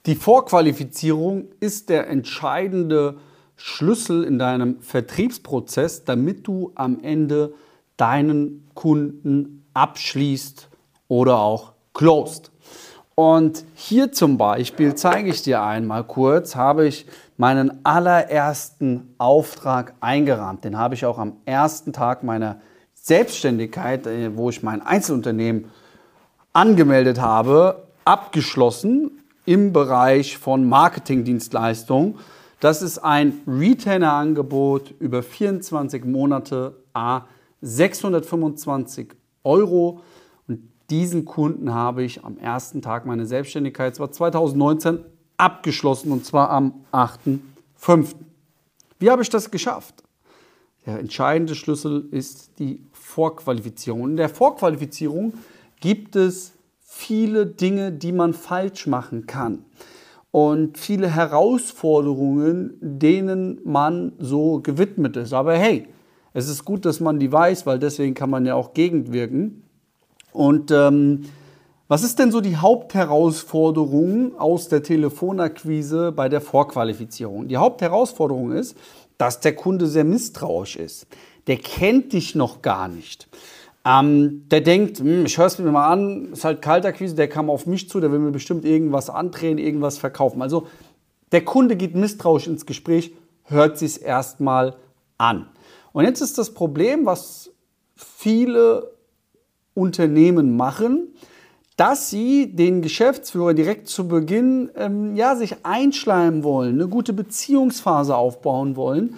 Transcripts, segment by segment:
Die Vorqualifizierung ist der entscheidende Schlüssel in deinem Vertriebsprozess, damit du am Ende deinen Kunden abschließt oder auch closed. Und hier zum Beispiel zeige ich dir einmal kurz, habe ich meinen allerersten Auftrag eingerahmt. Den habe ich auch am ersten Tag meiner Selbstständigkeit, wo ich mein Einzelunternehmen angemeldet habe, abgeschlossen im Bereich von Marketingdienstleistungen. Das ist ein Retainer-Angebot über 24 Monate, à 625 €. Und diesen Kunden habe ich am ersten Tag meiner Selbstständigkeit, das war 2019, abgeschlossen, und zwar am 8.5. Wie habe ich das geschafft? Der entscheidende Schlüssel ist die Vorqualifizierung. In der Vorqualifizierung gibt es viele Dinge, die man falsch machen kann. Und viele Herausforderungen, denen man so gewidmet ist. Aber hey, es ist gut, dass man die weiß, weil deswegen kann man ja auch gegenwirken. Und was ist denn so die Hauptherausforderung aus der Telefonakquise bei der Vorqualifizierung? Die Hauptherausforderung ist, dass der Kunde sehr misstrauisch ist. Der kennt dich noch gar nicht. Der denkt, ich höre es mir mal an, ist halt Kaltakquise, der kam auf mich zu, der will mir bestimmt irgendwas andrehen, irgendwas verkaufen. Also der Kunde geht misstrauisch ins Gespräch, hört sich es erstmal an. Und jetzt ist das Problem, was viele Unternehmen machen, dass sie den Geschäftsführer direkt zu Beginn sich einschleimen wollen, eine gute Beziehungsphase aufbauen wollen.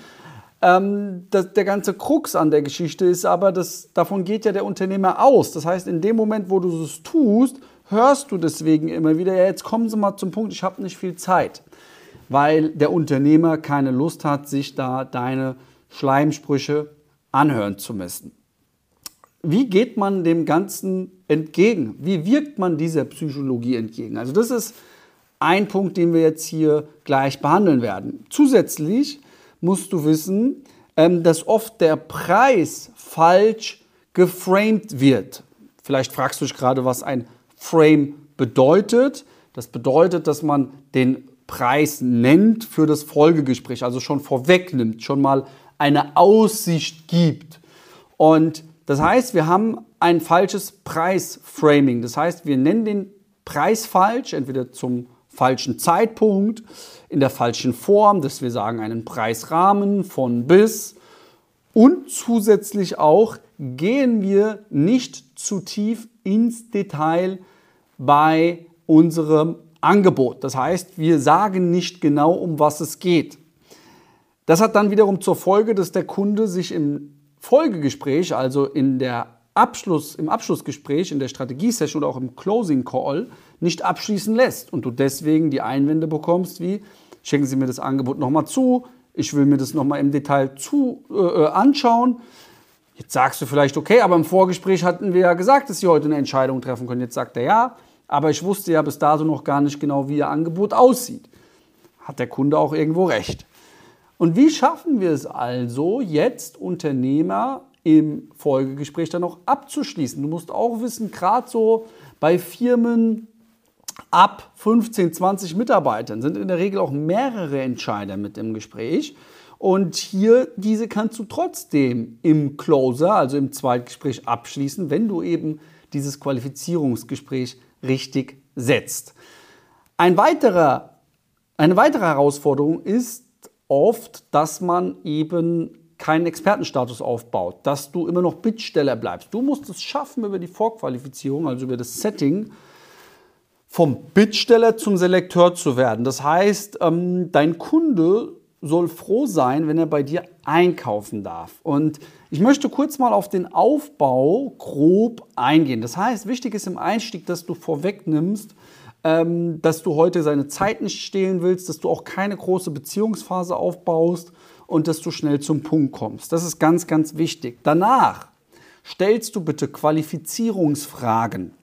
Der ganze Krux an der Geschichte ist aber, davon geht ja der Unternehmer aus. Das heißt, in dem Moment, wo du es tust, hörst du deswegen immer wieder, ja, jetzt kommen Sie mal zum Punkt, ich habe nicht viel Zeit. Weil der Unternehmer keine Lust hat, sich da deine Schleimsprüche anhören zu müssen. Wie geht man dem Ganzen entgegen? Wie wirkt man dieser Psychologie entgegen? Also das ist ein Punkt, den wir jetzt hier gleich behandeln werden. Zusätzlich musst du wissen, dass oft der Preis falsch geframed wird. Vielleicht fragst du dich gerade, was ein Frame bedeutet. Das bedeutet, dass man den Preis nennt für das Folgegespräch, also schon vorwegnimmt, schon mal eine Aussicht gibt. Und das heißt, wir haben ein falsches Preisframing. Das heißt, wir nennen den Preis falsch, entweder zum falschen Zeitpunkt, in der falschen Form, dass wir sagen einen Preisrahmen von bis. Und zusätzlich auch gehen wir nicht zu tief ins Detail bei unserem Angebot. Das heißt, wir sagen nicht genau, um was es geht. Das hat dann wiederum zur Folge, dass der Kunde sich im Folgegespräch, also im Abschlussgespräch, in der Strategiesession oder auch im Closing Call nicht abschließen lässt und du deswegen die Einwände bekommst wie, schicken Sie mir das Angebot nochmal zu, ich will mir das nochmal im Detail anschauen. Jetzt sagst du vielleicht, okay, aber im Vorgespräch hatten wir ja gesagt, dass Sie heute eine Entscheidung treffen können. Jetzt sagt er ja, aber ich wusste ja bis dato noch gar nicht genau, wie Ihr Angebot aussieht. Hat der Kunde auch irgendwo recht. Und wie schaffen wir es also, jetzt Unternehmer im Folgegespräch dann noch abzuschließen? Du musst auch wissen, gerade so bei Firmen ab 15, 20 Mitarbeitern sind in der Regel auch mehrere Entscheider mit im Gespräch. Und hier, diese kannst du trotzdem im Closer, also im Zweitgespräch abschließen, wenn du eben dieses Qualifizierungsgespräch richtig setzt. Eine weitere Herausforderung ist oft, dass man eben keinen Expertenstatus aufbaut, dass du immer noch Bittsteller bleibst. Du musst es schaffen, über die Vorqualifizierung, also über das Setting, vom Bittsteller zum Selekteur zu werden. Das heißt, dein Kunde soll froh sein, wenn er bei dir einkaufen darf. Und ich möchte kurz mal auf den Aufbau grob eingehen. Das heißt, wichtig ist im Einstieg, dass du vorwegnimmst, dass du heute seine Zeit nicht stehlen willst, dass du auch keine große Beziehungsphase aufbaust und dass du schnell zum Punkt kommst. Das ist ganz, ganz wichtig. Danach stellst du bitte Qualifizierungsfragen.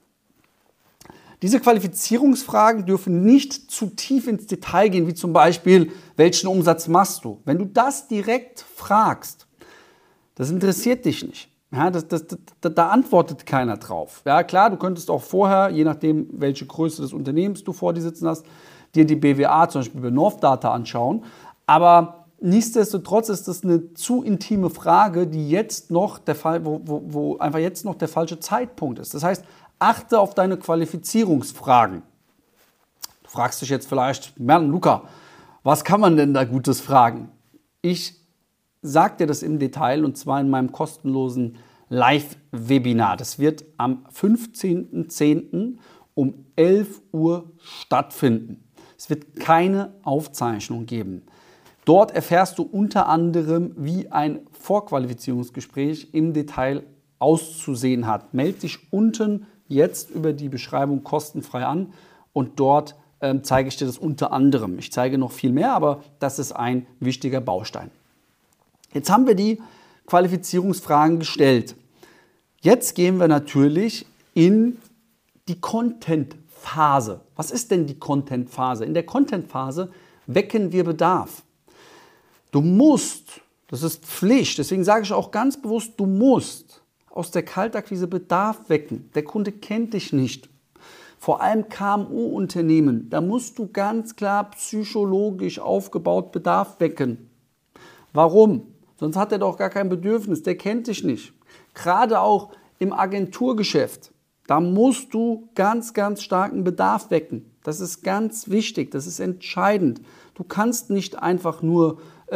Diese Qualifizierungsfragen dürfen nicht zu tief ins Detail gehen, wie zum Beispiel, welchen Umsatz machst du? Wenn du das direkt fragst, das interessiert dich nicht. Ja, da antwortet keiner drauf. Ja, klar, du könntest auch vorher, je nachdem, welche Größe des Unternehmens du vor dir sitzen hast, dir die BWA zum Beispiel bei Northdata anschauen. Aber nichtsdestotrotz ist das eine zu intime Frage, die jetzt noch der Fall, wo einfach jetzt noch der falsche Zeitpunkt ist. Das heißt, achte auf deine Qualifizierungsfragen. Du fragst dich jetzt vielleicht, Luca, was kann man denn da Gutes fragen? Ich sage dir das im Detail und zwar in meinem kostenlosen Live-Webinar. Das wird am 15.10. um 11 Uhr stattfinden. Es wird keine Aufzeichnung geben. Dort erfährst du unter anderem, wie ein Vorqualifizierungsgespräch im Detail auszusehen hat. Melde dich unten jetzt über die Beschreibung kostenfrei an und dort zeige ich dir das unter anderem. Ich zeige noch viel mehr, aber das ist ein wichtiger Baustein. Jetzt haben wir die Qualifizierungsfragen gestellt. Jetzt gehen wir natürlich in die Content-Phase. Was ist denn die Content-Phase? In der Content-Phase wecken wir Bedarf. Du musst, das ist Pflicht, deswegen sage ich auch ganz bewusst, du musst aus der Kaltakquise Bedarf wecken. Der Kunde kennt dich nicht. Vor allem KMU-Unternehmen, da musst du ganz klar psychologisch aufgebaut Bedarf wecken. Warum? Sonst hat er doch gar kein Bedürfnis, der kennt dich nicht. Gerade auch im Agenturgeschäft, da musst du ganz, ganz starken Bedarf wecken. Das ist ganz wichtig, das ist entscheidend. Du kannst nicht einfach nur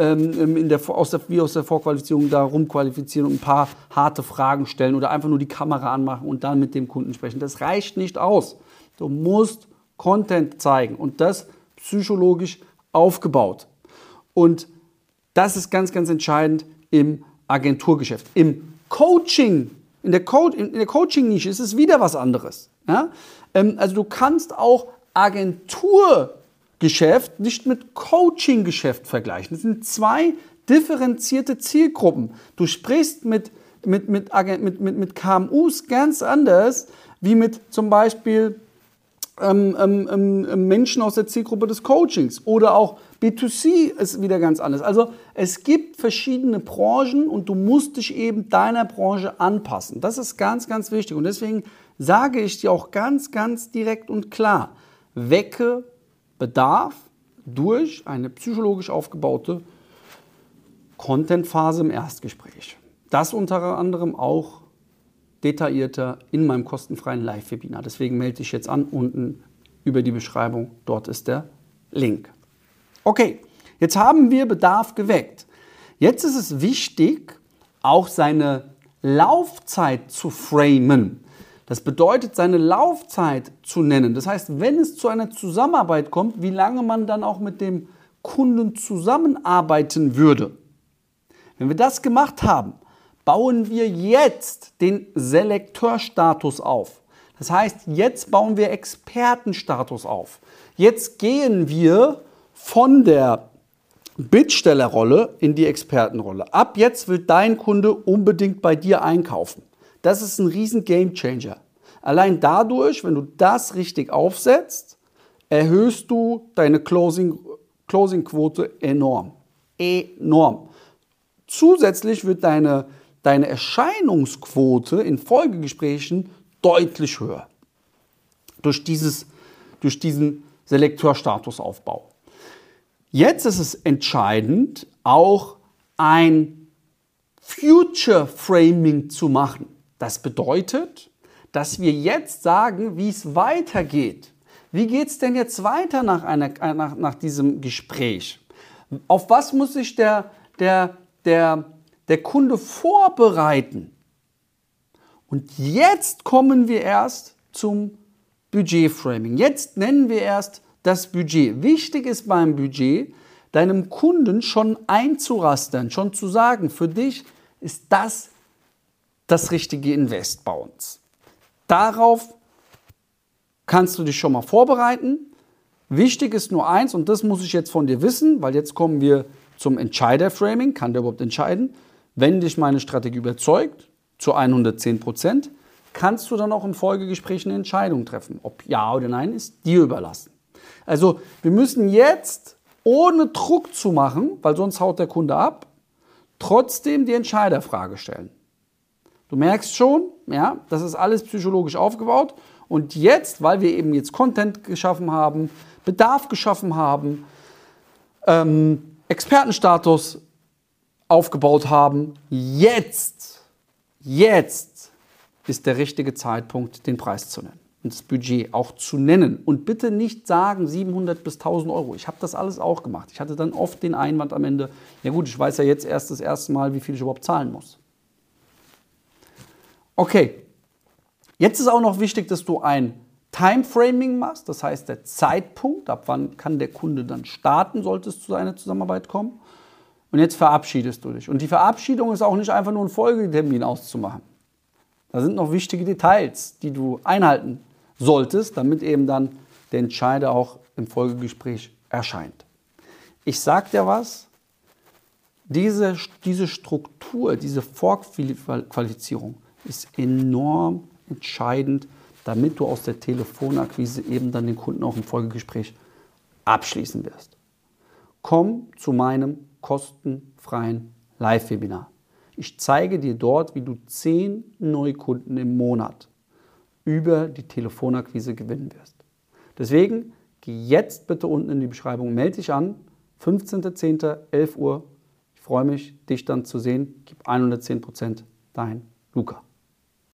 wie aus der Vorqualifizierung da rumqualifizieren und ein paar harte Fragen stellen oder einfach nur die Kamera anmachen und dann mit dem Kunden sprechen. Das reicht nicht aus. Du musst Content zeigen und das psychologisch aufgebaut. Und das ist ganz, ganz entscheidend im Agenturgeschäft. Im Coaching, in der Coaching-Nische ist es wieder was anderes. Ja? Also du kannst auch Agenturgeschäft nicht mit Coaching-Geschäft vergleichen. Das sind zwei differenzierte Zielgruppen. Du sprichst mit KMUs ganz anders wie mit zum Beispiel Menschen aus der Zielgruppe des Coachings oder auch B2C ist wieder ganz anders. Also es gibt verschiedene Branchen und du musst dich eben deiner Branche anpassen. Das ist ganz, ganz wichtig und deswegen sage ich dir auch ganz, ganz direkt und klar, wecke Bedarf durch eine psychologisch aufgebaute Content-Phase im Erstgespräch. Das unter anderem auch detaillierter in meinem kostenfreien Live-Webinar. Deswegen melde dich jetzt an, unten über die Beschreibung, dort ist der Link. Okay, jetzt haben wir Bedarf geweckt. Jetzt ist es wichtig, auch seine Laufzeit zu framen. Das bedeutet, seine Laufzeit zu nennen. Das heißt, wenn es zu einer Zusammenarbeit kommt, wie lange man dann auch mit dem Kunden zusammenarbeiten würde. Wenn wir das gemacht haben, bauen wir jetzt den Selekteurstatus auf. Das heißt, jetzt bauen wir Expertenstatus auf. Jetzt gehen wir von der Bittstellerrolle in die Expertenrolle. Ab jetzt will dein Kunde unbedingt bei dir einkaufen. Das ist ein riesen Gamechanger. Allein dadurch, wenn du das richtig aufsetzt, erhöhst du deine Closing-Quote enorm. Enorm. Zusätzlich wird deine Erscheinungsquote in Folgegesprächen deutlich höher. Durch diesen Selekteurstatusaufbau. Jetzt ist es entscheidend, auch ein Future Framing zu machen. Das bedeutet, dass wir jetzt sagen, wie es weitergeht. Wie geht es denn jetzt weiter nach diesem Gespräch? Auf was muss sich der Kunde vorbereiten? Und jetzt kommen wir erst zum Budgetframing. Jetzt nennen wir erst das Budget. Wichtig ist beim Budget, deinem Kunden schon einzurastern, schon zu sagen, für dich ist das richtige Invest bei uns. Darauf kannst du dich schon mal vorbereiten. Wichtig ist nur eins, und das muss ich jetzt von dir wissen, weil jetzt kommen wir zum Entscheiderframing. Kann der überhaupt entscheiden? Wenn dich meine Strategie überzeugt, zu 110%, kannst du dann auch im Folgegespräch eine Entscheidung treffen. Ob ja oder nein, ist dir überlassen. Also wir müssen jetzt, ohne Druck zu machen, weil sonst haut der Kunde ab, trotzdem die Entscheiderfrage stellen. Du merkst schon, ja, das ist alles psychologisch aufgebaut. Und jetzt, weil wir eben jetzt Content geschaffen haben, Bedarf geschaffen haben, Expertenstatus aufgebaut haben. Jetzt ist der richtige Zeitpunkt, den Preis zu nennen und das Budget auch zu nennen. Und bitte nicht sagen 700 bis 1000 Euro. Ich habe das alles auch gemacht. Ich hatte dann oft den Einwand am Ende, ja gut, ich weiß ja jetzt erst das erste Mal, wie viel ich überhaupt zahlen muss. Okay, jetzt ist auch noch wichtig, dass du ein Timeframing machst, das heißt der Zeitpunkt, ab wann kann der Kunde dann starten, sollte es zu einer Zusammenarbeit kommen. Und jetzt verabschiedest du dich. Und die Verabschiedung ist auch nicht einfach nur ein Folgetermin auszumachen. Da sind noch wichtige Details, die du einhalten solltest, damit eben dann der Entscheider auch im Folgegespräch erscheint. Ich sage dir was, diese Struktur, diese Vorqualifizierung ist enorm entscheidend, damit du aus der Telefonakquise eben dann den Kunden auch im Folgegespräch abschließen wirst. Komm zu meinem kostenfreien Live-Webinar. Ich zeige dir dort, wie du 10 Neukunden im Monat über die Telefonakquise gewinnen wirst. Deswegen geh jetzt bitte unten in die Beschreibung, melde dich an, 15.10., 11 Uhr. Ich freue mich, dich dann zu sehen. Gib 110%, dein Luca.